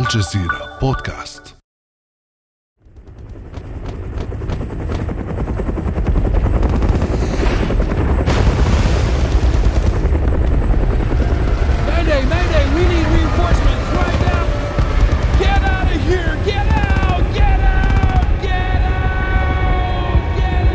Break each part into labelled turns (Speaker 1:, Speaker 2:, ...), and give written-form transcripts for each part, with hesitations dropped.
Speaker 1: الجزيرة بودكاست.
Speaker 2: Mayday, we need reinforcements right now. Get out of here, get out, get out, get out, get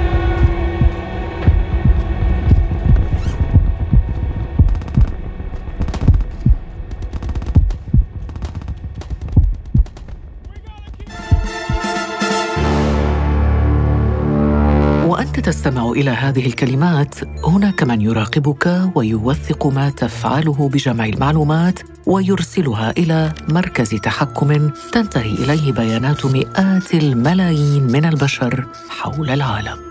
Speaker 3: وأنت تستمع إلى هذه الكلمات، هناك من يراقبك ويوثق ما تفعله بجمع المعلومات ويرسلها إلى مركز تحكم تنتهي إليه بيانات مئات الملايين من البشر حول العالم.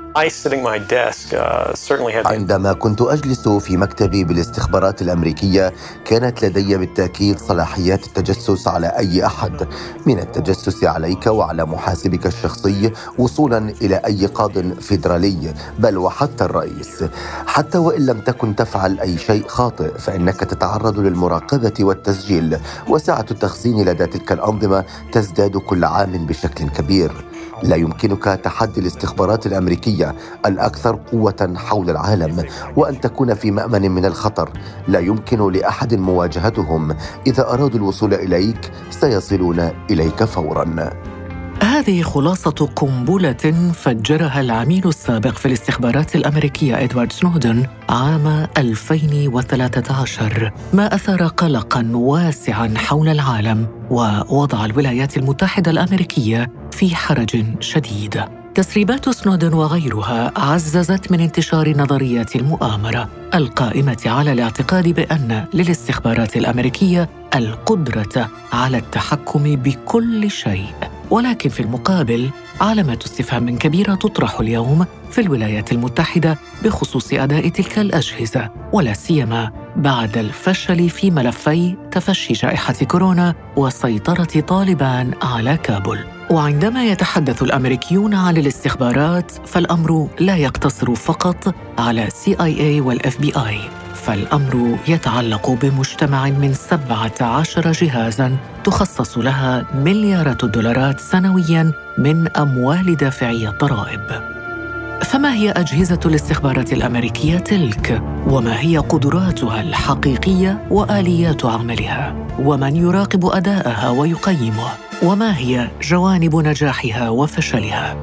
Speaker 4: عندما كنت أجلس في مكتبي بالاستخبارات الأمريكية كانت لدي بالتأكيد صلاحيات التجسس على أي أحد، من التجسس عليك وعلى محاسبك الشخصي وصولا إلى أي قاض فيدرالي، بل وحتى الرئيس. حتى وإن لم تكن تفعل أي شيء خاطئ فإنك تتعرض للمراقبة والتسجيل، وسعة التخزين لدى تلك الأنظمة تزداد كل عام بشكل كبير. لا يمكنك تحدي الاستخبارات الأمريكية الأكثر قوة حول العالم وأن تكون في مأمن من الخطر. لا يمكن لأحد مواجهتهم، إذا أرادوا الوصول إليك سيصلون إليك فوراً.
Speaker 3: هذه خلاصة قنبلة فجرها العميل السابق في الاستخبارات الأمريكية إدوارد سنودن عام 2013، ما أثار قلقاً واسعاً حول العالم ووضع الولايات المتحدة الأمريكية في حرج شديد. تسريبات سنودن وغيرها عززت من انتشار نظريات المؤامرة القائمة على الاعتقاد بأن للاستخبارات الأمريكية القدرة على التحكم بكل شيء. ولكن في المقابل علامات استفهام كبيرة تطرح اليوم في الولايات المتحدة بخصوص أداء تلك الأجهزة، ولا سيما بعد الفشل في ملفي تفشي جائحة كورونا وسيطرة طالبان على كابول. وعندما يتحدث الأمريكيون عن الاستخبارات فالأمر لا يقتصر فقط على CIA والFBI، فالأمر يتعلق بمجتمع من 17 جهازاً تخصص لها مليارات الدولارات سنوياً من أموال دافعي الضرائب. فما هي أجهزة الاستخبارات الأمريكية تلك؟ وما هي قدراتها الحقيقية وآليات عملها؟ ومن يراقب أداءها ويقيمه؟ وما هي جوانب نجاحها وفشلها؟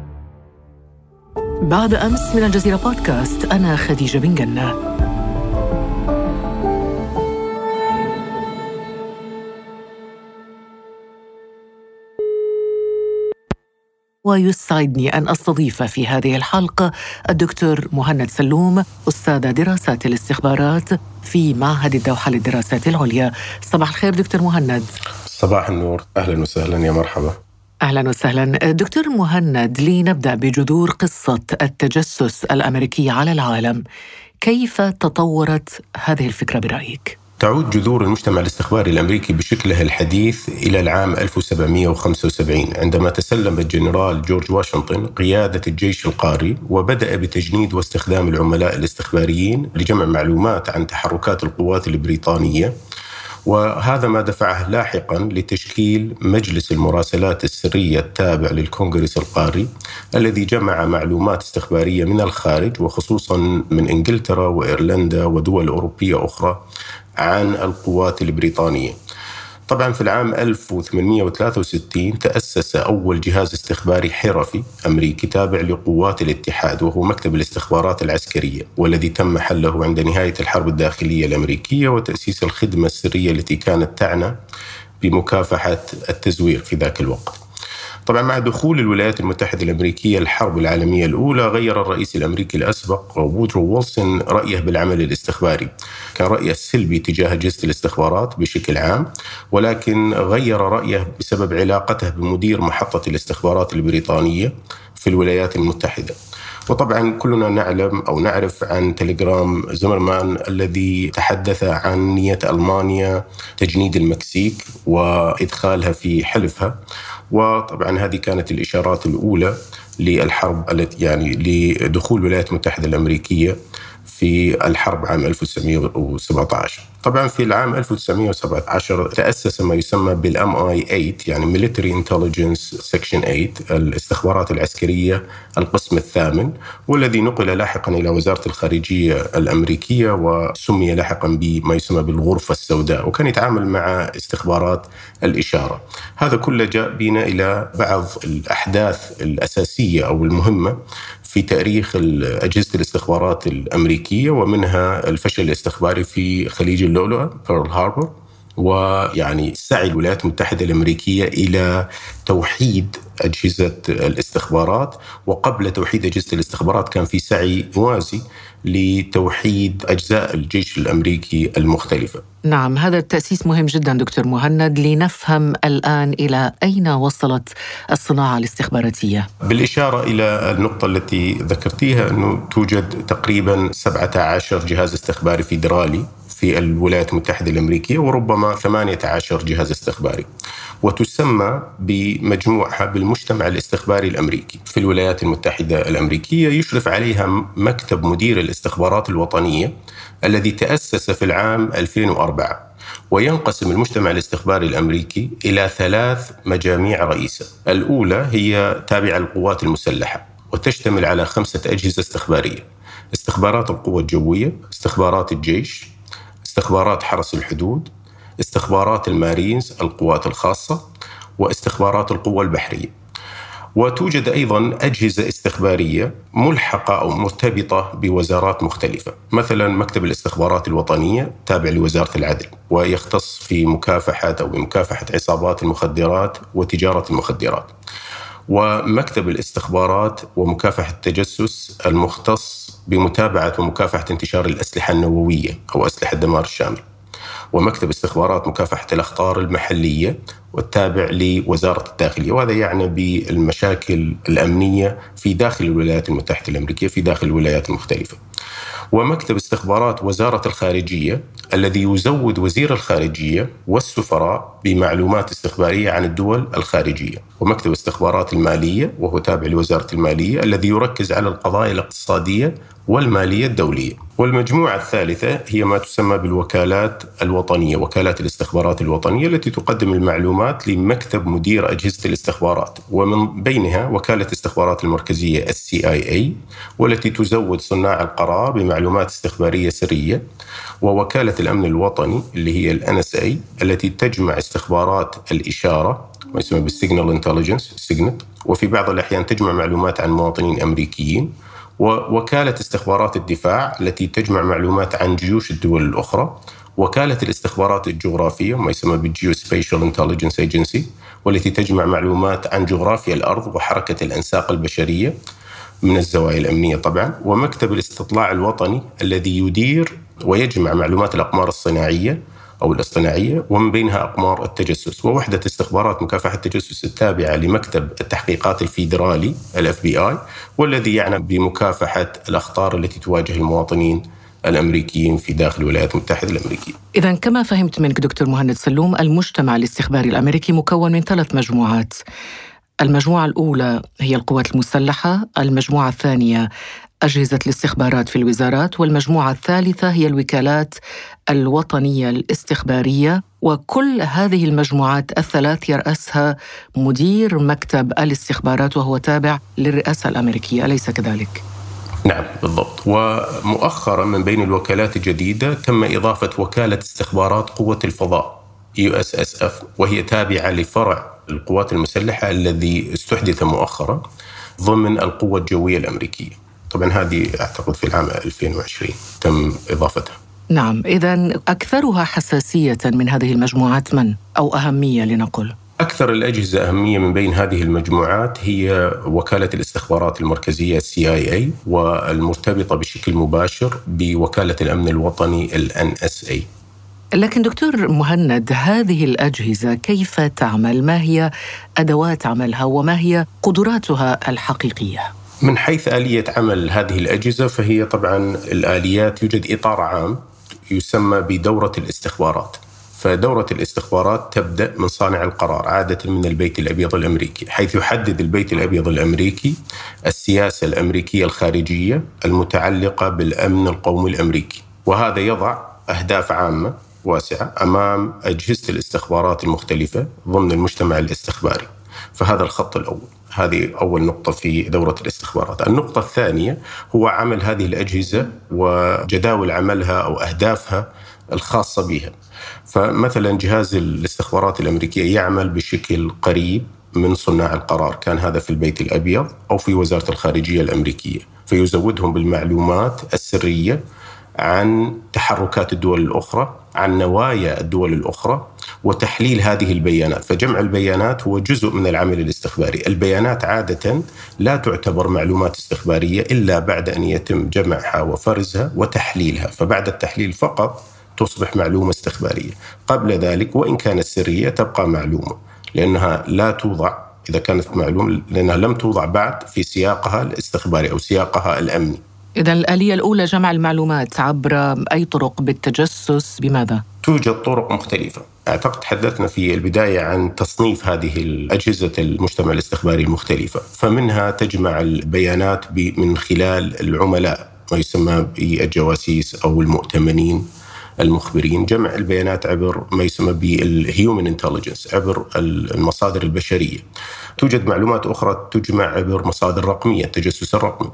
Speaker 3: بعد أمس من الجزيرة بودكاست، أنا خديجة بن جنة. ويسعدني أن أستضيف في هذه الحلقة الدكتور مهند سلوم، أستاذ دراسات الاستخبارات في معهد الدوحة للدراسات العليا. صباح الخير دكتور مهند.
Speaker 5: صباح النور، أهلا وسهلا، يا مرحبا.
Speaker 3: أهلا وسهلا دكتور مهند. لنبدأ بجذور قصة التجسس الأمريكي على العالم، كيف تطورت هذه الفكرة برأيك؟
Speaker 5: تعود جذور المجتمع الاستخباري الأمريكي بشكله الحديث إلى العام 1775 عندما تسلم الجنرال جورج واشنطن قيادة الجيش القاري، وبدأ بتجنيد واستخدام العملاء الاستخباريين لجمع معلومات عن تحركات القوات البريطانية. وهذا ما دفعه لاحقاً لتشكيل مجلس المراسلات السرية التابع للكونغرس القاري، الذي جمع معلومات استخبارية من الخارج وخصوصاً من إنجلترا وإيرلندا ودول أوروبية أخرى عن القوات البريطانية. طبعاً في العام 1863 تأسس أول جهاز استخباري حرفي أمريكي تابع لقوات الاتحاد، وهو مكتب الاستخبارات العسكرية، والذي تم حله عند نهاية الحرب الداخلية الأمريكية وتأسيس الخدمة السرية التي كانت تعنى بمكافحة التزوير في ذاك الوقت. طبعا مع دخول الولايات المتحدة الأمريكية الحرب العالمية الأولى، غير الرئيس الأمريكي الأسبق وودرو ويلسون رأيه بالعمل الاستخباري. كان رأيه السلبي تجاه أجهزة الاستخبارات بشكل عام، ولكن غير رأيه بسبب علاقته بمدير محطة الاستخبارات البريطانية في الولايات المتحدة. وطبعا كلنا نعلم أو نعرف عن تليجرام زمرمان الذي تحدث عن نية ألمانيا تجنيد المكسيك وإدخالها في حلفها. وطبعا هذه كانت الإشارات الأولى للحرب التي لدخول الولايات المتحدة الأمريكية في في الحرب عام 1917. طبعا في العام 1917 تأسس ما يسمى بالMI8 يعني Military Intelligence Section 8 الاستخبارات العسكرية القسم الثامن، والذي نقل لاحقا إلى وزارة الخارجية الأمريكية وسمي لاحقا بما يسمى بالغرفة السوداء، وكان يتعامل مع استخبارات الإشارة. هذا كله جاء بنا إلى بعض الأحداث الأساسية أو المهمة في تاريخ أجهزة الاستخبارات الأمريكية، ومنها الفشل الاستخباري في خليج اللؤلؤة بيرل هاربر، ويعني سعي الولايات المتحدة الأمريكية إلى توحيد أجهزة الاستخبارات. وقبل توحيد أجهزة الاستخبارات كان في سعي موازي لتوحيد أجزاء الجيش الأمريكي المختلفة.
Speaker 3: نعم، هذا التأسيس مهم جدا دكتور مهند، لنفهم الآن إلى أين وصلت الصناعة الاستخباراتية.
Speaker 5: بالإشارة إلى النقطة التي ذكرتيها أنه توجد تقريبا 17 جهاز استخباري فيدرالي في الولايات المتحدة الأمريكية، وربما 18 جهاز استخباري، وتسمى بمجموعها بالمجتمع الاستخباري الأمريكي في الولايات المتحدة الأمريكية. يشرف عليها مكتب مدير الاستخبارات الوطنية الذي تأسس في العام 2004. وينقسم المجتمع الاستخباري الأمريكي إلى 3 مجاميع رئيسة. الأولى هي تابعة للقوات المسلحة، وتشتمل على 5 أجهزة استخبارية: استخبارات القوة الجوية، استخبارات الجيش، استخبارات حرس الحدود، استخبارات المارينز القوات الخاصة، واستخبارات القوة البحرية. وتوجد أيضاً أجهزة استخبارية ملحقة أو مرتبطة بوزارات مختلفة، مثلاً مكتب الاستخبارات الوطنية تابع لوزارة العدل، ويختص في مكافحة عصابات المخدرات وتجارة المخدرات. ومكتب الاستخبارات ومكافحة التجسس المختص بمتابعة ومكافحة انتشار الأسلحة النووية أو أسلحة الدمار الشامل. ومكتب استخبارات مكافحة الأخطار المحلية والتابع لوزارة الداخلية، وهذا يعني بالمشاكل الأمنية في داخل الولايات المتحدة الأمريكية في داخل الولايات المختلفة. ومكتب استخبارات وزارة الخارجية الذي يزود وزير الخارجية والسفراء بمعلومات استخبارية عن الدول الخارجية. ومكتب استخبارات المالية وهو تابع لوزارة المالية الذي يركز على القضايا الاقتصادية والمالية الدولية. والمجموعة الثالثة هي ما تسمى بالوكالات الوطنية، وكالات الاستخبارات الوطنية التي تقدم المعلومات لمكتب مدير أجهزة الاستخبارات، ومن بينها وكالة الاستخبارات المركزية CIA والتي تزود صناع القرار بمعلومات استخبارية سرية، ووكالة الأمن الوطني اللي هي NSA التي تجمع استخبارات الإشارة ما يسمى بالسيجنال انتليجنس سيجنت، وفي بعض الأحيان تجمع معلومات عن مواطنين أمريكيين. ووكالة استخبارات الدفاع التي تجمع معلومات عن جيوش الدول الأخرى. وكالة الاستخبارات الجغرافية ما يسمى بالجيوسبيشال انتليجنس ايجنسي والتي تجمع معلومات عن جغرافيا الأرض وحركة الأنساق البشرية من الزوايا الأمنية طبعا. ومكتب الاستطلاع الوطني الذي يدير ويجمع معلومات الأقمار الصناعية أو الاصطناعية، ومن بينها أقمار التجسس. ووحدة استخبارات مكافحة التجسس التابعة لمكتب التحقيقات الفيدرالي الFBI، والذي يعنى بمكافحة الأخطار التي تواجه المواطنين الأمريكيين في داخل الولايات المتحدة الأمريكية.
Speaker 3: إذن كما فهمت منك دكتور مهند سلوم، المجتمع الاستخباري الأمريكي مكون من 3 مجموعات. المجموعة الأولى هي القوات المسلحة، المجموعة الثانية أجهزة الاستخبارات في الوزارات، والمجموعة الثالثة هي الوكالات الوطنية الاستخبارية. وكل هذه المجموعات الثلاث يرأسها مدير مكتب الاستخبارات وهو تابع للرئاسة الأمريكية، أليس كذلك؟
Speaker 5: نعم بالضبط. ومؤخرا من بين الوكالات الجديدة تم إضافة وكالة استخبارات قوة الفضاء USSF، وهي تابعة لفرع القوات المسلحة الذي استحدث مؤخرا ضمن القوة الجوية الأمريكية. طبعا هذه أعتقد في العام 2020 تم إضافتها.
Speaker 3: نعم، إذن أكثرها حساسية من هذه المجموعات من؟ أو أهمية لنقل؟
Speaker 5: أكثر الأجهزة أهمية من بين هذه المجموعات هي وكالة الاستخبارات المركزية CIA، والمرتبطة بشكل مباشر بوكالة الأمن الوطني NSA.
Speaker 3: لكن دكتور مهند، هذه الأجهزة كيف تعمل؟ ما هي أدوات عملها وما هي قدراتها الحقيقية؟
Speaker 5: من حيث آلية عمل هذه الأجهزة فهي طبعاً الآليات، يوجد إطار عام يسمى بدورة الاستخبارات. فدورة الاستخبارات تبدأ من صانع القرار عادة من البيت الأبيض الأمريكي، حيث يحدد البيت الأبيض الأمريكي السياسة الأمريكية الخارجية المتعلقة بالأمن القومي الأمريكي، وهذا يضع أهداف عامة واسعة أمام أجهزة الاستخبارات المختلفة ضمن المجتمع الاستخباري. فهذا الخط الأول، هذه أول نقطة في دورة الاستخبارات. النقطة الثانية هو عمل هذه الأجهزة وجداول عملها أو أهدافها الخاصة بها. فمثلا جهاز الاستخبارات الأمريكية يعمل بشكل قريب من صناع القرار، كان هذا في البيت الأبيض أو في وزارة الخارجية الأمريكية، فيزودهم بالمعلومات السرية عن تحركات الدول الأخرى، عن نوايا الدول الأخرى، وتحليل هذه البيانات. فجمع البيانات هو جزء من العمل الاستخباري. البيانات عادة لا تعتبر معلومات استخبارية إلا بعد أن يتم جمعها وفرزها وتحليلها، فبعد التحليل فقط تصبح معلومة استخبارية. قبل ذلك وإن كانت سرية تبقى معلومة، لأنها لا توضع إذا كانت معلومة، لأنها لم توضع بعد في سياقها الاستخباري أو سياقها الأمني.
Speaker 3: إذا الآلية الأولى جمع المعلومات عبر أي طرق؟ بالتجسس؟ بماذا؟
Speaker 5: توجد طرق مختلفة. أعتقد تحدثنا في البداية عن تصنيف هذه الأجهزة المجتمع الاستخباري المختلفة، فمنها تجمع البيانات من خلال العملاء، ما يسمى بالجواسيس أو المؤتمنين المخبرين، جمع البيانات عبر ما يسمى بالهيومن انتليجنس، عبر المصادر البشرية. توجد معلومات أخرى تجمع عبر مصادر رقمية، التجسس الرقمي،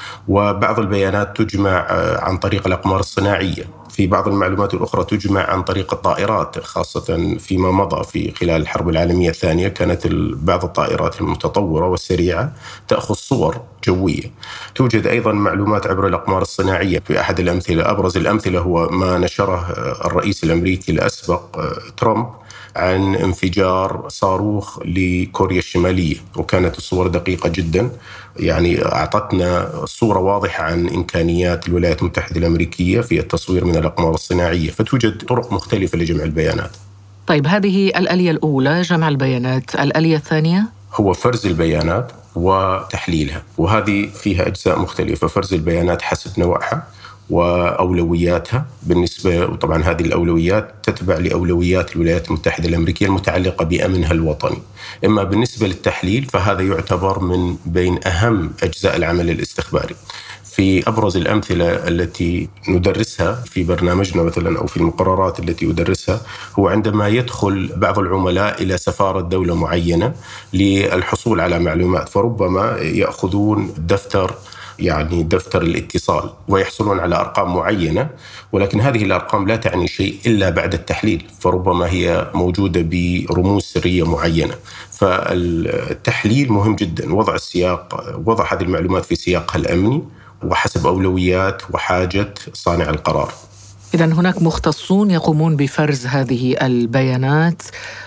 Speaker 5: وبعض البيانات تجمع عن طريق الأقمار الصناعية. في بعض المعلومات الأخرى تجمع عن طريق الطائرات، خاصة فيما مضى في خلال الحرب العالمية الثانية كانت بعض الطائرات المتطورة والسريعة تأخذ صور جوية. توجد أيضا معلومات عبر الأقمار الصناعية. في أحد الأمثلة، أبرز الأمثلة هو ما نشره الرئيس الأمريكي الأسبق ترامب عن انفجار صاروخ لكوريا الشمالية، وكانت الصور دقيقة جدا، يعني أعطتنا صورة واضحة عن إمكانيات الولايات المتحدة الأمريكية في التصوير من الأقمار الصناعية. فتوجد طرق مختلفة لجمع البيانات.
Speaker 3: طيب، هذه الآلية الأولى جمع البيانات. الآلية الثانية هو
Speaker 5: فرز البيانات وتحليلها، وهذه فيها أجزاء مختلفة. فرز البيانات حسب نوعها وأولوياتها بالنسبة، وطبعا هذه الأولويات تتبع لأولويات الولايات المتحدة الأمريكية المتعلقة بأمنها الوطني. إما بالنسبة للتحليل فهذا يعتبر من بين أهم أجزاء العمل الاستخباري. في أبرز الأمثلة التي ندرسها في برنامجنا مثلا أو في المقررات التي أدرسها هو عندما يدخل بعض العملاء إلى سفارة دولة معينة للحصول على معلومات، فربما يأخذون دفتر الاتصال ويحصلون على أرقام معينة، ولكن هذه الأرقام لا تعني شيء إلا بعد التحليل، فربما هي موجودة برموز سرية معينة. فالتحليل مهم جدا، وضع هذه المعلومات في سياقها الأمني وحسب أولويات وحاجة صانع القرار.
Speaker 3: إذن هناك مختصون يقومون بفرز هذه البيانات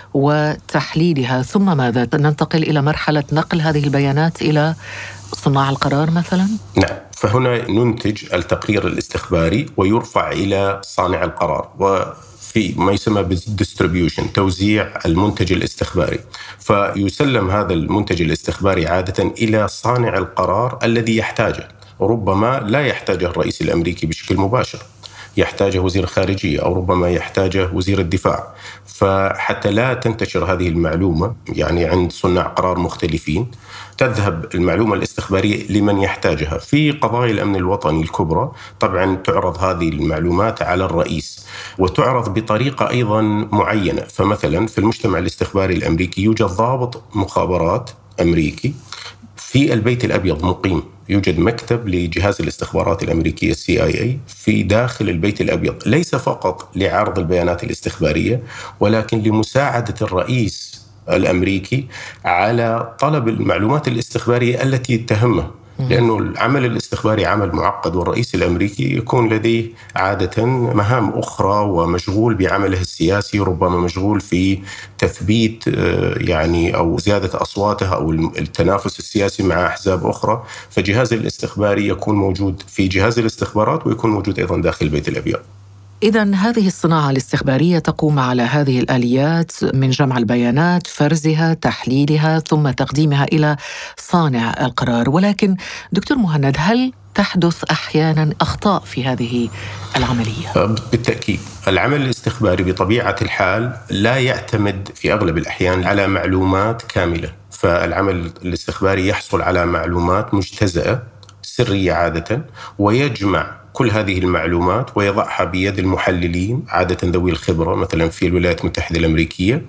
Speaker 3: وتحليلها، ثم ماذا؟ ننتقل إلى مرحلة نقل هذه البيانات إلى صناع القرار مثلا؟
Speaker 5: نعم، فهنا ننتج التقرير الاستخباري ويرفع إلى صانع القرار، وفي ما يسمى بالديستريبيوشن، توزيع المنتج الاستخباري. فيسلم هذا المنتج الاستخباري عادة إلى صانع القرار الذي يحتاجه، وربما لا يحتاجه الرئيس الأمريكي بشكل مباشر، يحتاجه وزير الخارجية أو ربما يحتاجه وزير الدفاع. فحتى لا تنتشر هذه المعلومة عند صناع قرار مختلفين، تذهب المعلومة الاستخبارية لمن يحتاجها. في قضايا الأمن الوطني الكبرى طبعا تعرض هذه المعلومات على الرئيس، وتعرض بطريقة أيضا معينة. فمثلا في المجتمع الاستخباري الأمريكي يوجد ضابط مخابرات أمريكي في البيت الأبيض مقيم، يوجد مكتب لجهاز الاستخبارات الأمريكية CIA في داخل البيت الأبيض، ليس فقط لعرض البيانات الاستخبارية ولكن لمساعدة الرئيس الأمريكي على طلب المعلومات الاستخبارية التي تهمه، لأنه العمل الاستخباري عمل معقد، والرئيس الأمريكي يكون لديه عادة مهام أخرى ومشغول بعمله السياسي، ربما مشغول في تثبيت أو زيادة أصواته أو التنافس السياسي مع أحزاب أخرى. فجهاز الاستخباري يكون موجود في جهاز الاستخبارات ويكون موجود أيضا داخل البيت الأبيض.
Speaker 3: إذن هذه الصناعة الاستخبارية تقوم على هذه الآليات من جمع البيانات، فرزها، تحليلها، ثم تقديمها إلى صانع القرار. ولكن دكتور مهند، هل تحدث أحيانا أخطاء في هذه العملية؟
Speaker 5: بالتأكيد العمل الاستخباري بطبيعة الحال لا يعتمد في أغلب الأحيان على معلومات كاملة، فالعمل الاستخباري يحصل على معلومات مجتزأة سرية عادة، ويجمع كل هذه المعلومات ويضعها بيد المحللين عادة ذوي الخبرة مثلا في الولايات المتحدة الأمريكية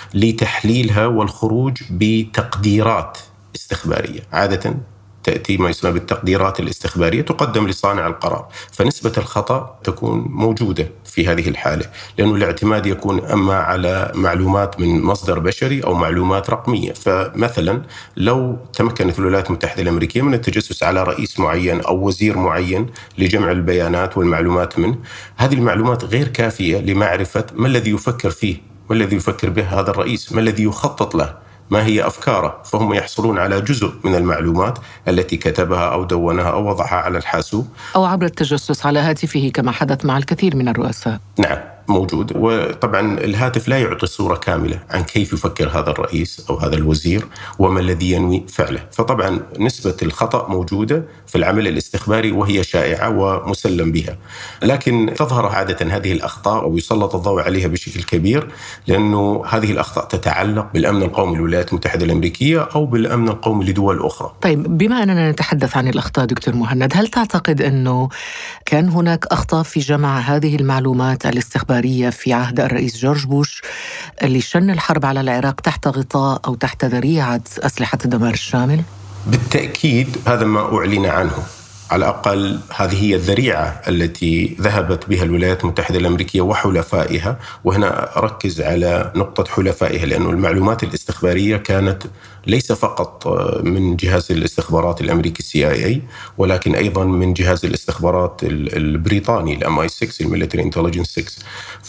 Speaker 5: لتحليلها والخروج بتقديرات استخبارية. عادة تأتي ما يسمى بالتقديرات الاستخبارية تقدم لصانع القرار، فنسبة الخطأ تكون موجودة في هذه الحالة، لأنه الاعتماد يكون أما على معلومات من مصدر بشري أو معلومات رقمية. فمثلا لو تمكنت الولايات المتحدة الأمريكية من التجسس على رئيس معين أو وزير معين لجمع البيانات والمعلومات منه، هذه المعلومات غير كافية لمعرفة ما الذي يفكر فيه، ما الذي يفكر به هذا الرئيس، ما الذي يخطط له، ما هي أفكاره. فهم يحصلون على جزء من المعلومات التي كتبها أو دونها أو وضعها على الحاسوب
Speaker 3: أو عبر التجسس على هاتفه كما حدث مع الكثير من الرؤساء.
Speaker 5: نعم موجود. وطبعا الهاتف لا يعطي صورة كاملة عن كيف يفكر هذا الرئيس أو هذا الوزير وما الذي ينوي فعله. فطبعا نسبة الخطأ موجودة في العمل الاستخباري وهي شائعة ومسلم بها، لكن تظهر عادة هذه الأخطاء أو يسلط الضوء عليها بشكل كبير، لأنه هذه الأخطاء تتعلق بالأمن القومي للولايات المتحدة الأمريكية أو بالأمن القومي لدول أخرى.
Speaker 3: طيب، بما أننا نتحدث عن الأخطاء دكتور مهند، هل تعتقد أنه كان هناك أخطاء في جمع هذه المعلومات الاستخبارية في عهد الرئيس جورج بوش اللي شن الحرب على العراق تحت غطاء أو تحت ذريعة أسلحة الدمار الشامل؟
Speaker 5: بالتأكيد هذا ما أعلن عنه، على الأقل هذه هي الذريعة التي ذهبت بها الولايات المتحدة الأمريكية وحلفائها. وهنا أركز على نقطة حلفائها، لأن المعلومات الاستخبارية كانت ليس فقط من جهاز الاستخبارات الأمريكي CIA، ولكن أيضا من جهاز الاستخبارات البريطاني MI6 الميليتري انتليجنس 6.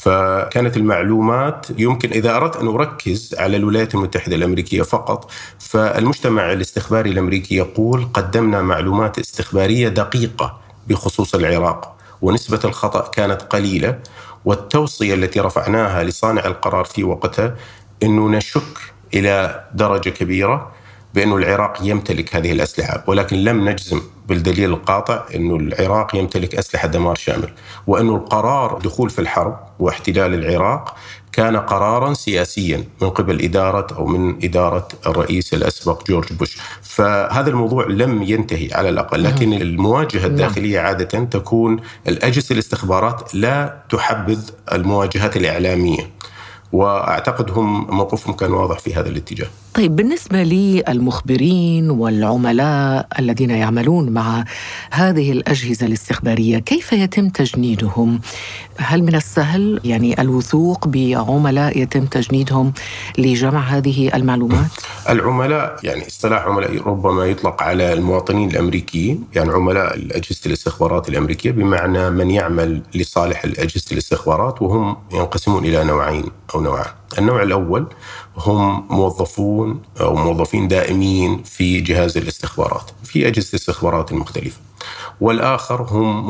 Speaker 5: فكانت المعلومات يمكن إذا أردت أن أركز على الولايات المتحدة الأمريكية فقط، فالمجتمع الاستخباري الأمريكي يقول قدمنا معلومات استخبارية دقيقة بخصوص العراق ونسبة الخطأ كانت قليلة، والتوصية التي رفعناها لصانع القرار في وقتها أنه نشك إلى درجة كبيرة بأن العراق يمتلك هذه الأسلحة، ولكن لم نجزم بالدليل القاطع أن العراق يمتلك أسلحة دمار شامل، وأن القرار دخول في الحرب واحتلال العراق كان قراراً سياسياً من قبل من إدارة الرئيس الأسبق جورج بوش. فهذا الموضوع لم ينتهي على الأقل، لكن المواجهة الداخلية عادة تكون الأجهزة الاستخبارات لا تحبذ المواجهات الإعلامية، وأعتقد هم موقفهم كان واضح في هذا الاتجاه.
Speaker 3: طيب، بالنسبة للمخبرين والعملاء الذين يعملون مع هذه الأجهزة الاستخبارية، كيف يتم تجنيدهم؟ هل من السهل الوثوق بعملاء يتم تجنيدهم لجمع هذه المعلومات؟
Speaker 5: العملاء اصطلاح عملاء ربما يطلق على المواطنين الأمريكيين، عملاء أجهزة الاستخبارات الأمريكية، بمعنى من يعمل لصالح أجهزة الاستخبارات، وهم ينقسمون إلى نوعين أو نوعان. النوع الأول هم موظفين دائمين في جهاز الاستخبارات في أجهزة الاستخبارات المختلفة، والآخر هم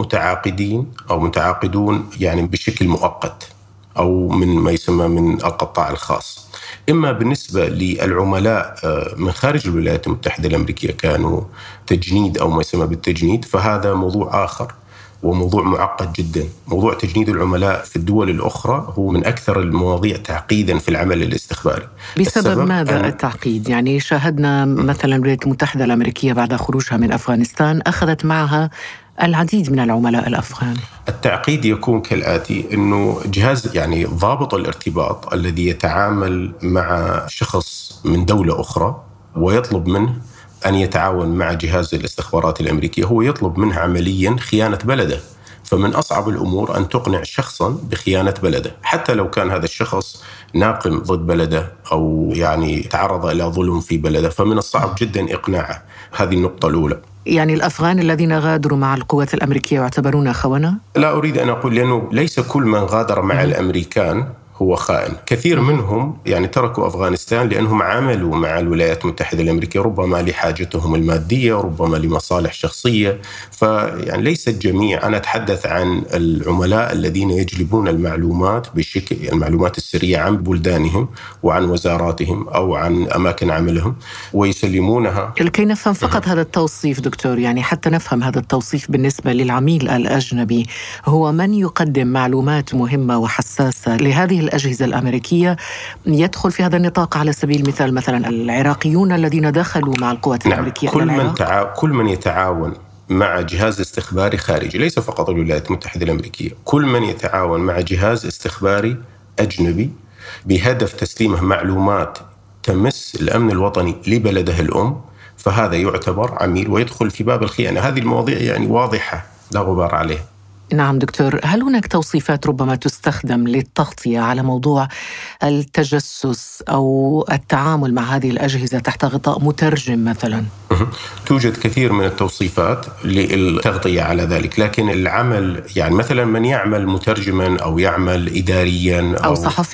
Speaker 5: متعاقدون بشكل مؤقت أو من ما يسمى من القطاع الخاص. إما بالنسبة للعملاء من خارج الولايات المتحدة الأمريكية كانوا تجنيد أو ما يسمى بالتجنيد، فهذا موضوع آخر وموضوع معقد جدا. موضوع تجنيد العملاء في الدول الأخرى هو من أكثر المواضيع تعقيدا في العمل الاستخباري.
Speaker 3: بسبب ماذا التعقيد؟ شاهدنا مثلا الولايات المتحدة الأمريكية بعد خروجها من أفغانستان أخذت معها العديد من العملاء الأفغان.
Speaker 5: التعقيد يكون كالآتي، أنه جهاز ضابط الارتباط الذي يتعامل مع شخص من دولة أخرى ويطلب منه أن يتعاون مع جهاز الاستخبارات الأمريكية، هو يطلب منه عملياً خيانة بلده. فمن أصعب الأمور أن تقنع شخصاً بخيانة بلده، حتى لو كان هذا الشخص ناقم ضد بلده أو تعرض إلى ظلم في بلده، فمن الصعب جداً إقناعه. هذه النقطة الأولى.
Speaker 3: الأفغان الذين غادروا مع القوات الأمريكية يعتبرون خونة؟
Speaker 5: لا أريد أن أقول، لأنه ليس كل من غادر مع الأمريكان هو خائن. كثير منهم يعني تركوا أفغانستان لأنهم عملوا مع الولايات المتحدة الأمريكية، ربما لحاجتهم المادية، ربما لمصالح شخصية. فيعني ليس الجميع. أنا أتحدث عن العملاء الذين يجلبون المعلومات بشكل، المعلومات السرية عن بلدانهم وعن وزاراتهم أو عن أماكن عملهم ويسلمونها.
Speaker 3: لكي نفهم فقط هذا التوصيف دكتور، يعني حتى نفهم هذا التوصيف بالنسبة للعميل الأجنبي، هو من يقدم معلومات مهمة وحساسة لهذه الأجهزة الأمريكية. يدخل في هذا النطاق على سبيل المثال مثلا العراقيون الذين دخلوا مع القوات الأمريكية إلى العراق.
Speaker 5: كل من يتعاون مع جهاز استخباري خارجي، ليس فقط الولايات المتحدة الأمريكية، كل من يتعاون مع جهاز استخباري أجنبي بهدف تسليمه معلومات تمس الأمن الوطني لبلده الأم، فهذا يعتبر عميل ويدخل في باب الخيانة. هذه المواضيع يعني واضحة لا غبار عليها.
Speaker 3: نعم دكتور، هل هناك توصيفات ربما تستخدم للتغطية على موضوع التجسس أو التعامل مع هذه الأجهزة تحت غطاء مترجم مثلا؟
Speaker 5: توجد كثير من التوصيفات للتغطية على ذلك، لكن العمل يعني مثلا من يعمل مترجما أو يعمل إداريا أو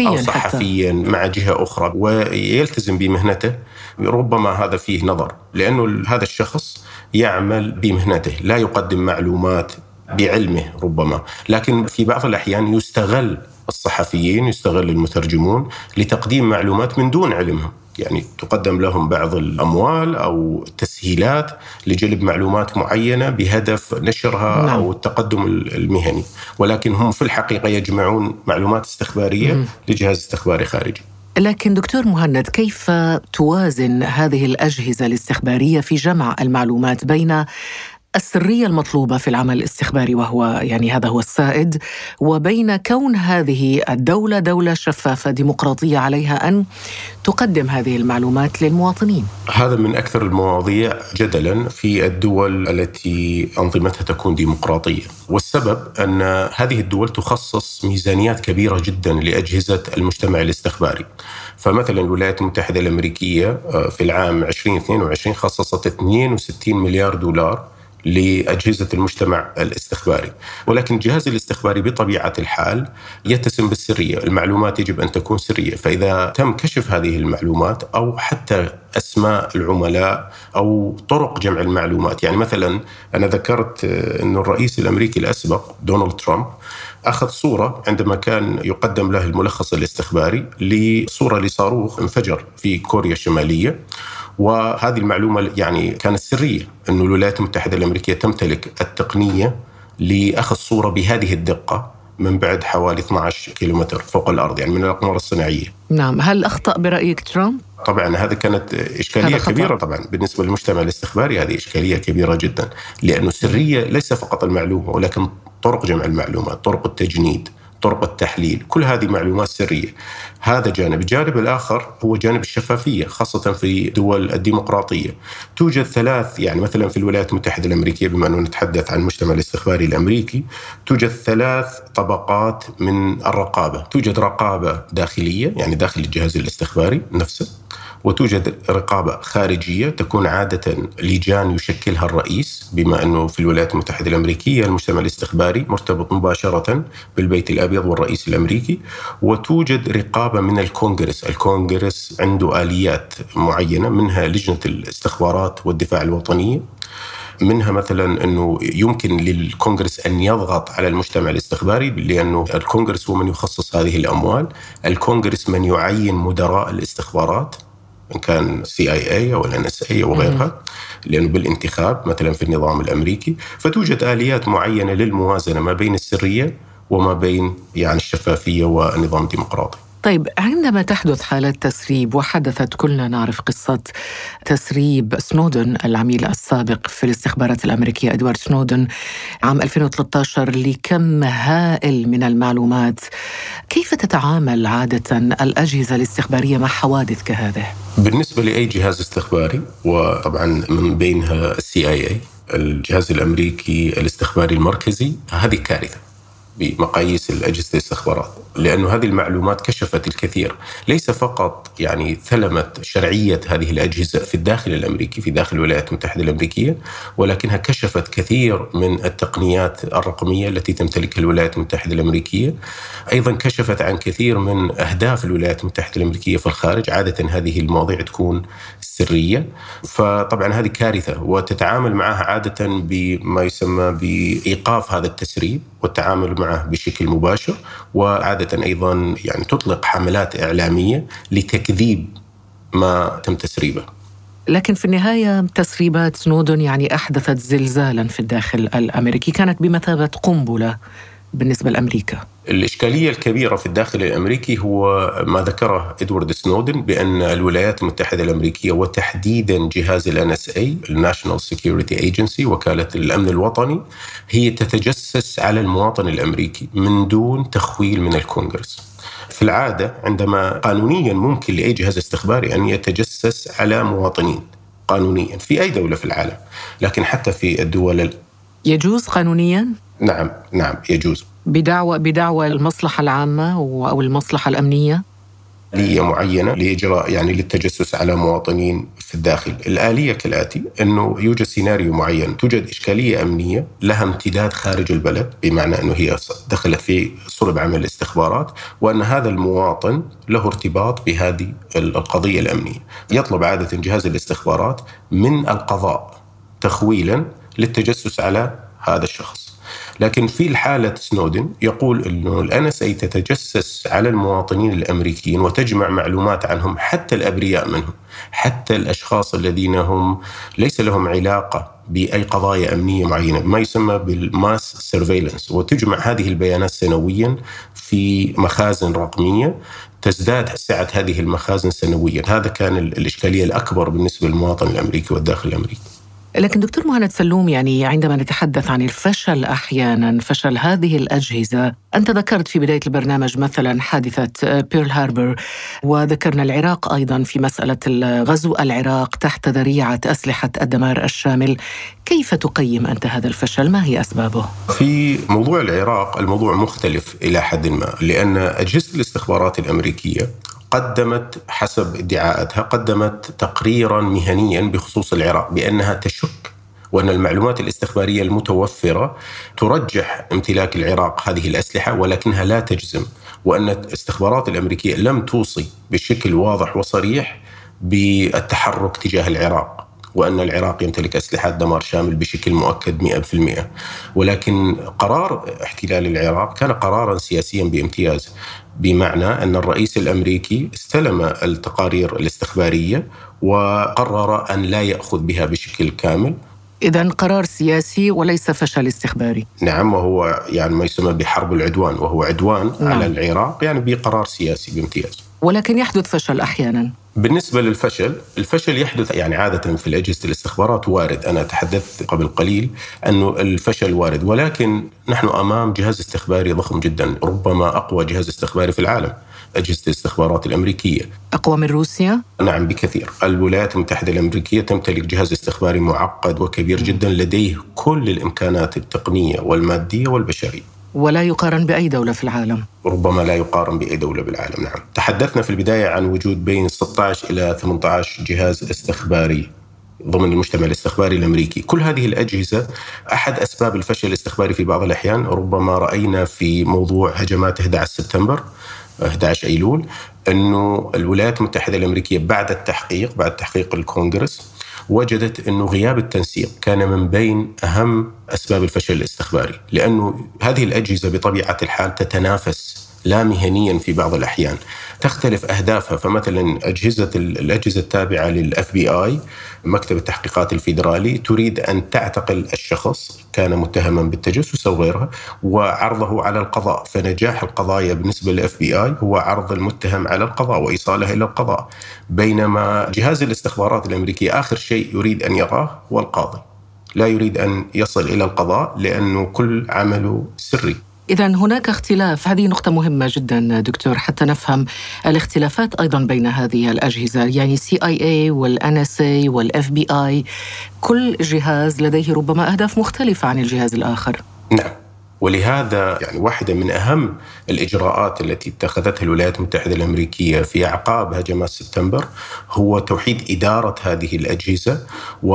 Speaker 5: صحفيا مع جهة أخرى ويلتزم بمهنته، ربما هذا فيه نظر، لأنه هذا الشخص يعمل بمهنته، لا يقدم معلومات بعلمه ربما. لكن في بعض الأحيان يستغل الصحفيين، يستغل المترجمون لتقديم معلومات من دون علمهم، يعني تقدم لهم بعض الأموال أو تسهيلات لجلب معلومات معينة بهدف نشرها أو التقدم المهني، ولكن هم في الحقيقة يجمعون معلومات استخبارية لجهاز استخباري خارجي.
Speaker 3: لكن دكتور مهند، كيف توازن هذه الأجهزة الاستخبارية في جمع المعلومات بين السرية المطلوبة في العمل الاستخباري، وهو يعني هذا هو السائد، وبين كون هذه الدولة دولة شفافة ديمقراطية عليها أن تقدم هذه المعلومات للمواطنين؟
Speaker 5: هذا من أكثر المواضيع جدلاً في الدول التي أنظمتها تكون ديمقراطية، والسبب أن هذه الدول تخصص ميزانيات كبيرة جداً لأجهزة المجتمع الاستخباري. فمثلاً الولايات المتحدة الأمريكية في العام 2022 خصصت 62 مليار دولار لأجهزة المجتمع الاستخباري، ولكن الجهاز الاستخباري بطبيعة الحال يتسم بالسرية، المعلومات يجب أن تكون سرية. فإذا تم كشف هذه المعلومات أو حتى أسماء العملاء أو طرق جمع المعلومات، يعني مثلا أنا ذكرت أن الرئيس الأمريكي الأسبق دونالد ترامب أخذ صورة عندما كان يقدم له الملخص الاستخباري لصورة لصاروخ انفجر في كوريا الشمالية، وهذه المعلومة يعني كانت سرية، أن الولايات المتحدة الأمريكية تمتلك التقنية لأخذ صورة بهذه الدقة من بعد حوالي 12 كيلومتر فوق الأرض، يعني من الأقمار الصناعية.
Speaker 3: نعم، هل أخطأ برأيك ترامب؟
Speaker 5: طبعا هذا كانت إشكالية كبيرة طبعا بالنسبة للمجتمع الاستخباري، هذه إشكالية كبيرة جدا، لأنه السرية ليس فقط المعلومة ولكن طرق جمع المعلومات، طرق التجنيد، طرق التحليل، كل هذه معلومات سرية. هذا جانب. الجانب الآخر هو جانب الشفافية، خاصة في دول الديمقراطية. توجد ثلاث، يعني مثلا في الولايات المتحدة الأمريكية بما أنه نتحدث عن المجتمع الاستخباري الأمريكي، توجد 3 طبقات من الرقابة. توجد رقابة داخلية يعني داخل الجهاز الاستخباري نفسه، وتوجد رقابة خارجية تكون عادة لجان يشكلها الرئيس، بما أنه في الولايات المتحدة الأمريكية المجتمع الاستخباري مرتبط مباشرة بالبيت الأبيض والرئيس الأمريكي. وتوجد رقابة من الكونغرس. الكونغرس عنده آليات معينة، منها لجنة الاستخبارات والدفاع الوطنية، منها مثلا أنه يمكن للكونغرس أن يضغط على المجتمع الاستخباري، لأنه الكونغرس هو من يخصص هذه الأموال، الكونغرس من يعين مدراء الاستخبارات إن كان CIA أو NSA وغيرها، لأنه بالانتخاب مثلا في النظام الأمريكي. فتوجد آليات معينة للموازنة ما بين السرية وما بين يعني الشفافية والنظام الديمقراطي.
Speaker 3: طيب، عندما تحدث حالات تسريب، وحدثت كلنا نعرف قصة تسريب سنودن العميل السابق في الاستخبارات الأمريكية إدوارد سنودن عام 2013 لكم هائل من المعلومات، كيف تتعامل عادة الأجهزة الاستخبارية مع حوادث كهذه؟
Speaker 5: بالنسبة لأي جهاز استخباري، وطبعا من بينها CIA الجهاز الأمريكي الاستخباري المركزي، هذه كارثة. بمقاييس أجهزة الاستخبارات، لأن هذه المعلومات كشفت الكثير، ليس فقط يعني ثلمت شرعية هذه الأجهزة في الداخل الأمريكي في داخل الولايات المتحدة الأمريكية، ولكنها كشفت كثير من التقنيات الرقمية التي تمتلكها الولايات المتحدة الأمريكية. أيضا كشفت عن كثير من أهداف الولايات المتحدة الأمريكية في الخارج. عادة هذه المواضيع تكون سرية، فطبعا هذه كارثة، وتتعامل معها عادة بما يسمى بإيقاف هذا التسريب والتعامل معه بشكل مباشر، وعادة أيضا يعني تطلق حملات إعلامية لتكذيب ما تم تسريبه.
Speaker 3: لكن في النهاية تسريبات سنودن يعني أحدثت زلزالاً في الداخل الأمريكي، كانت بمثابة قنبلة بالنسبة لأمريكا.
Speaker 5: الإشكالية الكبيرة في الداخل الأمريكي هو ما ذكره إدوارد سنودن، بأن الولايات المتحدة الأمريكية وتحديداً جهاز NSA National Security Agency وكالة الأمن الوطني هي تتجسس على المواطن الأمريكي من دون تخويل من الكونغرس. في العادة عندما قانونياً ممكن لأي جهاز استخباري أن يتجسس على مواطنين قانونياً في أي دولة في العالم، لكن حتى في الدول
Speaker 3: يجوز قانونياً؟
Speaker 5: نعم يجوز
Speaker 3: بدعوى المصلحة العامة أو المصلحة الأمنية؟
Speaker 5: آلية معينة لإجراء يعني للتجسس على مواطنين في الداخل. الآلية كالآتي: أنه يوجد سيناريو معين، توجد إشكالية أمنية لها امتداد خارج البلد، بمعنى أنه هي دخلت في صلب عمل الاستخبارات، وأن هذا المواطن له ارتباط بهذه القضية الأمنية. يطلب عادة جهاز الاستخبارات من القضاء تخويلا للتجسس على هذا الشخص. لكن في الحالة سنودن يقول أنه NSA تتجسس على المواطنين الأمريكيين وتجمع معلومات عنهم، حتى الأبرياء منهم، حتى الأشخاص الذين هم ليس لهم علاقة بأي قضايا أمنية معينة، ما يسمى بالماس سيرفيلنس، وتجمع هذه البيانات سنويا في مخازن رقمية تزداد سعة هذه المخازن سنويا. هذا كان الإشكالية الأكبر بالنسبة للمواطن الأمريكي والداخل الأمريكي.
Speaker 3: لكن دكتور مهند سلوم، يعني عندما نتحدث عن الفشل أحيانا، فشل هذه الأجهزة، أنت ذكرت في بداية البرنامج مثلا حادثة بيرل هاربر، وذكرنا العراق أيضا في مسألة غزو العراق تحت ذريعة أسلحة الدمار الشامل. كيف تقيم أنت هذا الفشل؟ ما هي أسبابه؟
Speaker 5: في موضوع العراق الموضوع مختلف إلى حد ما، لأن أجهزة الاستخبارات الأمريكية قدمت حسب ادعاءاتها قدمت تقريراً مهنياً بخصوص العراق بأنها تشك وأن المعلومات الاستخبارية المتوفرة ترجح امتلاك العراق هذه الأسلحة، ولكنها لا تجزم، وأن الاستخبارات الأمريكية لم توصي بشكل واضح وصريح بالتحرك تجاه العراق، وأن العراق يمتلك أسلحة دمار شامل بشكل مؤكد 100%. ولكن قرار احتلال العراق كان قراراً سياسياً بامتياز، بمعنى أن الرئيس الأمريكي استلم التقارير الاستخبارية وقرر أن لا يأخذ بها بشكل كامل.
Speaker 3: إذن قرار سياسي وليس فشل استخباري.
Speaker 5: نعم، وهو يعني ما يسمى بحرب العدوان، وهو عدوان على العراق يعني بقرار سياسي بامتياز.
Speaker 3: ولكن يحدث فشل أحياناً.
Speaker 5: بالنسبة للفشل، الفشل يحدث يعني عادة في أجهزة الاستخبارات وارد. أنا تحدثت قبل قليل أنه الفشل وارد، ولكن نحن أمام جهاز استخباري ضخم جدا، ربما أقوى جهاز استخباري في العالم، أجهزة الاستخبارات الأمريكية.
Speaker 3: أقوى من روسيا؟
Speaker 5: نعم بكثير. الولايات المتحدة الأمريكية تمتلك جهاز استخباري معقد وكبير جدا، لديه كل الإمكانات التقنية والمادية والبشرية،
Speaker 3: ولا يقارن بأي دولة في العالم.
Speaker 5: ربما لا يقارن بأي دولة بالعالم. نعم. تحدثنا في البداية عن وجود بين 16 إلى 18 جهاز استخباري ضمن المجتمع الاستخباري الأمريكي. كل هذه الأجهزة أحد أسباب الفشل الاستخباري في بعض الأحيان ربما رأينا في موضوع هجمات 11 سبتمبر 11 أيلول أنه الولايات المتحدة الأمريكية بعد تحقيق الكونغرس وجدت أنه غياب التنسيق كان من بين أهم أسباب الفشل الاستخباري، لأنه هذه الأجهزة بطبيعة الحال تتنافس لا مهنيا في بعض الأحيان، تختلف أهدافها. فمثلا الأجهزة التابعة للFBI مكتب التحقيقات الفيدرالي تريد أن تعتقل الشخص كان متهما بالتجسس أو غيرها وعرضه على القضاء، فنجاح القضايا بالنسبة للFBI هو عرض المتهم على القضاء وإيصاله إلى القضاء، بينما جهاز الاستخبارات الأمريكي آخر شيء يريد أن يراه هو القاضي، لا يريد أن يصل إلى القضاء لأنه كل عمله سري.
Speaker 3: إذن هناك اختلاف. هذه نقطة مهمة جدا دكتور حتى نفهم الاختلافات أيضا بين هذه الأجهزة، يعني CIA والNSA والFBI كل جهاز لديه ربما أهداف مختلفة عن الجهاز الآخر.
Speaker 5: نعم، ولهذا يعني واحدة من أهم الإجراءات التي اتخذتها الولايات المتحدة الأمريكية في أعقاب هجمات سبتمبر هو توحيد إدارة هذه الأجهزة،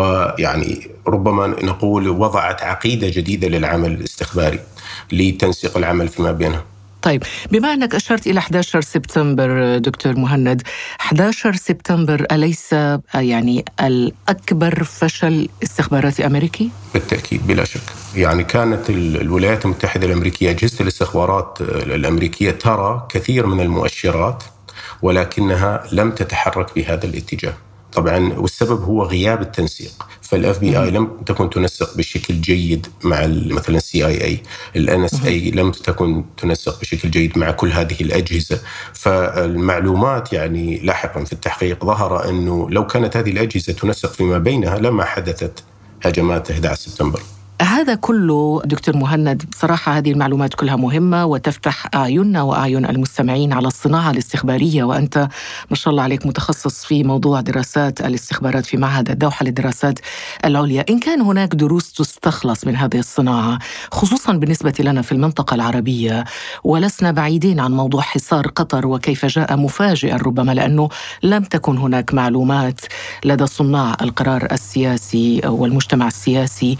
Speaker 5: ويعني ربما نقول وضعت عقيدة جديدة للعمل الاستخباري لتنسيق العمل فيما بينها.
Speaker 3: طيب، بما أنك أشرت إلى 11 سبتمبر دكتور مهند، 11 سبتمبر أليس يعني الأكبر فشل استخباراتي أمريكي؟
Speaker 5: بالتأكيد بلا شك. يعني كانت الولايات المتحدة الأمريكية، أجهزة الاستخبارات الأمرريكية ترى كثير من المؤشرات ولكنها لم تتحرك بهذا الاتجاه. طبعا والسبب هو غياب التنسيق. فالFBI لم تكن تنسق بشكل جيد مع مثلا CIA، الNSA لم تكن تنسق بشكل جيد مع كل هذه الأجهزة. فالمعلومات يعني لاحقا في التحقيق ظهر أنه لو كانت هذه الأجهزة تنسق فيما بينها لما حدثت هجمات 11 سبتمبر.
Speaker 3: هذا كله دكتور مهند بصراحة هذه المعلومات كلها مهمة وتفتح أعيننا وأعين المستمعين على الصناعة الاستخبارية، وأنت ما شاء الله عليك متخصص في موضوع دراسات الاستخبارات في معهد الدوحة للدراسات العليا. إن كان هناك دروس تستخلص من هذه الصناعة خصوصا بالنسبة لنا في المنطقة العربية، ولسنا بعيدين عن موضوع حصار قطر وكيف جاء مفاجئا ربما لأنه لم تكن هناك معلومات لدى صناع القرار السياسي والمجتمع السياسي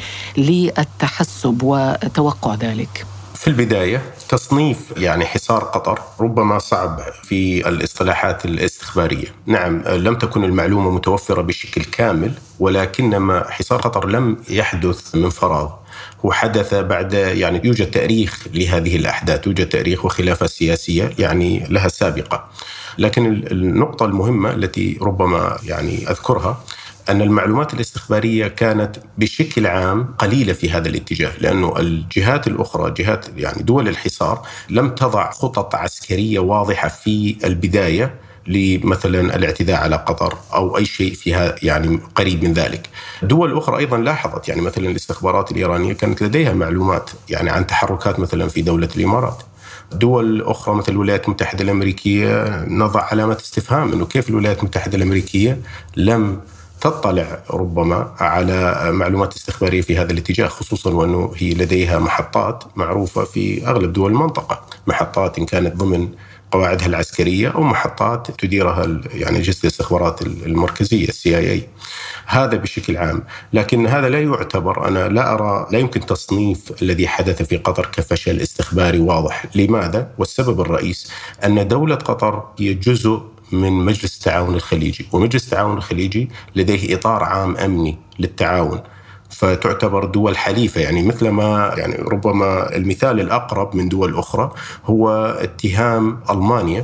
Speaker 3: التحسب وتوقع ذلك.
Speaker 5: في البداية تصنيف يعني حصار قطر ربما صعب في الاصطلاحات الاستخبارية. نعم لم تكن المعلومة متوفرة بشكل كامل، ولكنما حصار قطر لم يحدث من فراغ، هو حدث بعد يعني يوجد تاريخ لهذه الأحداث، يوجد تاريخ وخلافات سياسية يعني لها سابقة. لكن النقطة المهمة التي ربما يعني أذكرها أن المعلومات الاستخبارية كانت بشكل عام قليلة في هذا الاتجاه، لأنه الجهات الأخرى جهات يعني دول الحصار لم تضع خطط عسكرية واضحة في البداية لمثلا الاعتداء على قطر أو أي شيء فيها يعني قريب من ذلك. دول أخرى أيضا لاحظت، يعني مثلا الاستخبارات الإيرانية كانت لديها معلومات يعني عن تحركات مثلا في دولة الإمارات. دول أخرى مثل الولايات المتحدة الأمريكية نضع علامة استفهام أنه كيف الولايات المتحدة الأمريكية لم تطلع ربما على معلومات استخبارية في هذا الاتجاه، خصوصا وأنه هي لديها محطات معروفة في أغلب دول المنطقة، محطات إن كانت ضمن قواعدها العسكرية أو محطات تديرها يعني أجهزة الاستخبارات المركزية CIA. هذا بشكل عام. لكن هذا لا يعتبر، أنا لا أرى، لا يمكن تصنيف الذي حدث في قطر كفشل استخباري واضح. لماذا؟ والسبب الرئيس أن دولة قطر هي جزء من مجلس التعاون الخليجي، ومجلس التعاون الخليجي لديه إطار عام أمني للتعاون، فتعتبر دول حليفة. يعني مثل ما يعني ربما المثال الأقرب من دول أخرى هو اتهام ألمانيا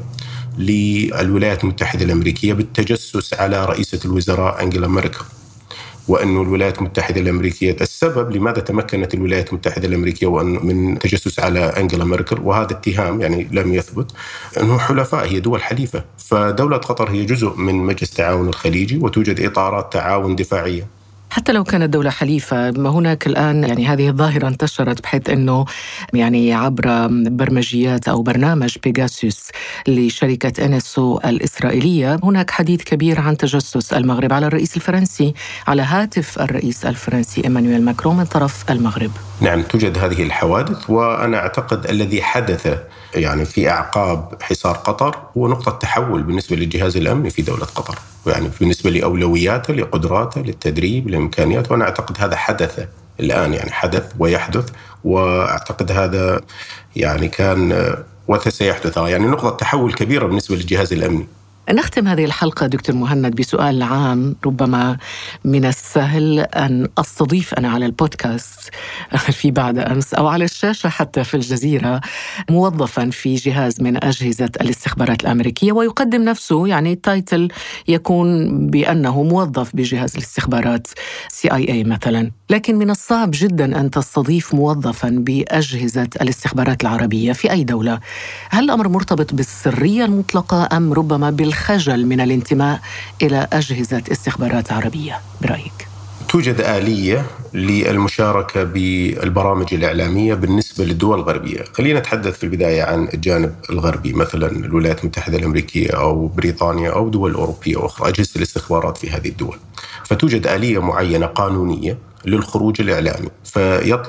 Speaker 5: للولايات المتحدة الأمريكية بالتجسس على رئيسة الوزراء أنجيلا ميركل، وأن الولايات المتحدة الأمريكية السبب لماذا تمكنت الولايات المتحدة الأمريكية من تجسس على أنجيلا ميركل، وهذا اتهام يعني لم يثبت، أنه حلفاء، هي دول حليفة. فدولة قطر هي جزء من مجلس التعاون الخليجي وتوجد إطارات تعاون دفاعية.
Speaker 3: حتى لو كانت دولة حليفة، ما هناك الآن يعني هذه الظاهرة انتشرت بحيث أنه يعني عبر برمجيات أو برنامج بيغاسوس لشركة NSO الإسرائيلية هناك حديث كبير عن تجسس المغرب على الرئيس الفرنسي، على هاتف الرئيس الفرنسي إيمانويل ماكرون من طرف المغرب.
Speaker 5: نعم توجد هذه الحوادث، وأنا أعتقد الذي حدث يعني في أعقاب حصار قطر هو نقطة تحول بالنسبة للجهاز الأمني في دولة قطر، يعني بالنسبة لأولوياته لقدراته للتدريب لإمكانيات. وأنا أعتقد هذا حدث الآن، يعني حدث ويحدث، وأعتقد هذا يعني كان وسيحدث، يعني نقطة تحول كبيرة بالنسبة للجهاز الأمني.
Speaker 3: نختم هذه الحلقة دكتور مهند بسؤال عام. ربما من السهل أن أستضيف أنا على البودكاست في بعد أمس أو على الشاشة حتى في الجزيرة موظفاً في جهاز من أجهزة الاستخبارات الأمريكية ويقدم نفسه، يعني التايتل يكون بأنه موظف بجهاز الاستخبارات CIA مثلاً، لكن من الصعب جداً أن تستضيف موظفاً بأجهزة الاستخبارات العربية في أي دولة. هل الأمر مرتبط بالسرية المطلقة أم ربما بالخجل من الانتماء إلى أجهزة استخبارات عربية برأيك؟
Speaker 5: توجد آلية للمشاركة بالبرامج الإعلامية بالنسبة للدول الغربية. خلينا نتحدث في البداية عن الجانب الغربي، مثلا الولايات المتحدة الأمريكية أو بريطانيا أو دول أوروبية أخرى، أجهزة الاستخبارات في هذه الدول. فتوجد آلية معينة قانونية للخروج الإعلامي، فيطلب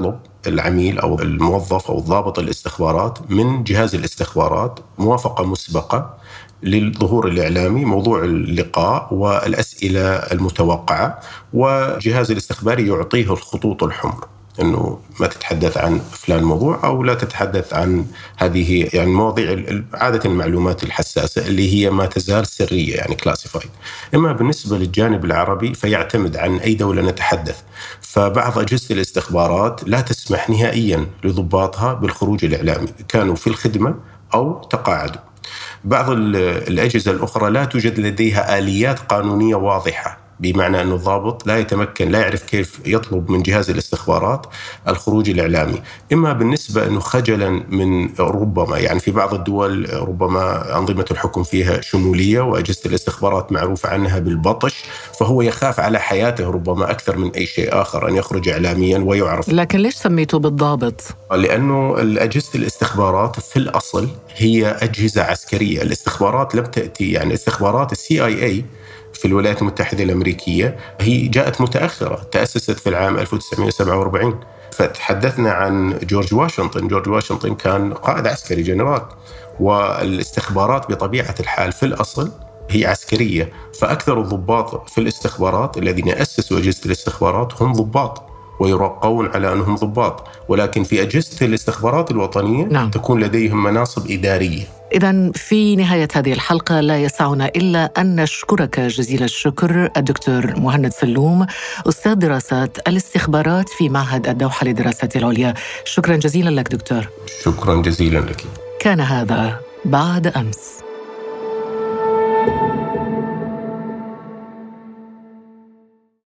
Speaker 5: العميل أو الموظف أو ضابط الاستخبارات من جهاز الاستخبارات موافقة مسبقة للظهور الإعلامي، موضوع اللقاء والأسئلة المتوقعة، وجهاز الاستخباري يعطيه الخطوط الحمر أنه ما تتحدث عن فلان موضوع أو لا تتحدث عن هذه يعني مواضيع عادة المعلومات الحساسة اللي هي ما تزال سرية يعني classified. إما بالنسبة للجانب العربي فيعتمد عن أي دولة نتحدث، فبعض أجهزة الاستخبارات لا تسمح نهائيا لضباطها بالخروج الإعلامي، كانوا في الخدمة أو تقاعدوا. بعض الأجهزة الأخرى لا توجد لديها آليات قانونية واضحة، بمعنى أن الضابط لا يتمكن، لا يعرف كيف يطلب من جهاز الاستخبارات الخروج الإعلامي. إما بالنسبة أنه خجلا من ربما يعني في بعض الدول ربما أنظمة الحكم فيها شمولية وأجهزة الاستخبارات معروفة عنها بالبطش، فهو يخاف على حياته ربما أكثر من أي شيء آخر أن يخرج إعلاميا ويعرف.
Speaker 3: لكن ليش سميته بالضابط؟
Speaker 5: لأنه أجهزة الاستخبارات في الأصل هي أجهزة عسكرية. الاستخبارات لم تأتي يعني استخبارات CIA في الولايات المتحدة الأمريكية هي جاءت متأخرة، تأسست في العام 1947. فتحدثنا عن جورج واشنطن كان قائد عسكري جنرال، والاستخبارات بطبيعة الحال في الأصل هي عسكرية، فأكثر الضباط في الاستخبارات الذين أسسوا أجهزة الاستخبارات هم ضباط ويرقون على أنهم ضباط، ولكن في أجهزة الاستخبارات الوطنية تكون لديهم مناصب إدارية.
Speaker 3: إذن في نهاية هذه الحلقة لا يسعنا إلا أن نشكرك جزيل الشكر الدكتور مهند سلوم، أستاذ دراسات الاستخبارات في معهد الدوحة للدراسات العليا. شكرا جزيلا لك دكتور.
Speaker 5: شكرا جزيلا لك.
Speaker 3: كان هذا بعد أمس.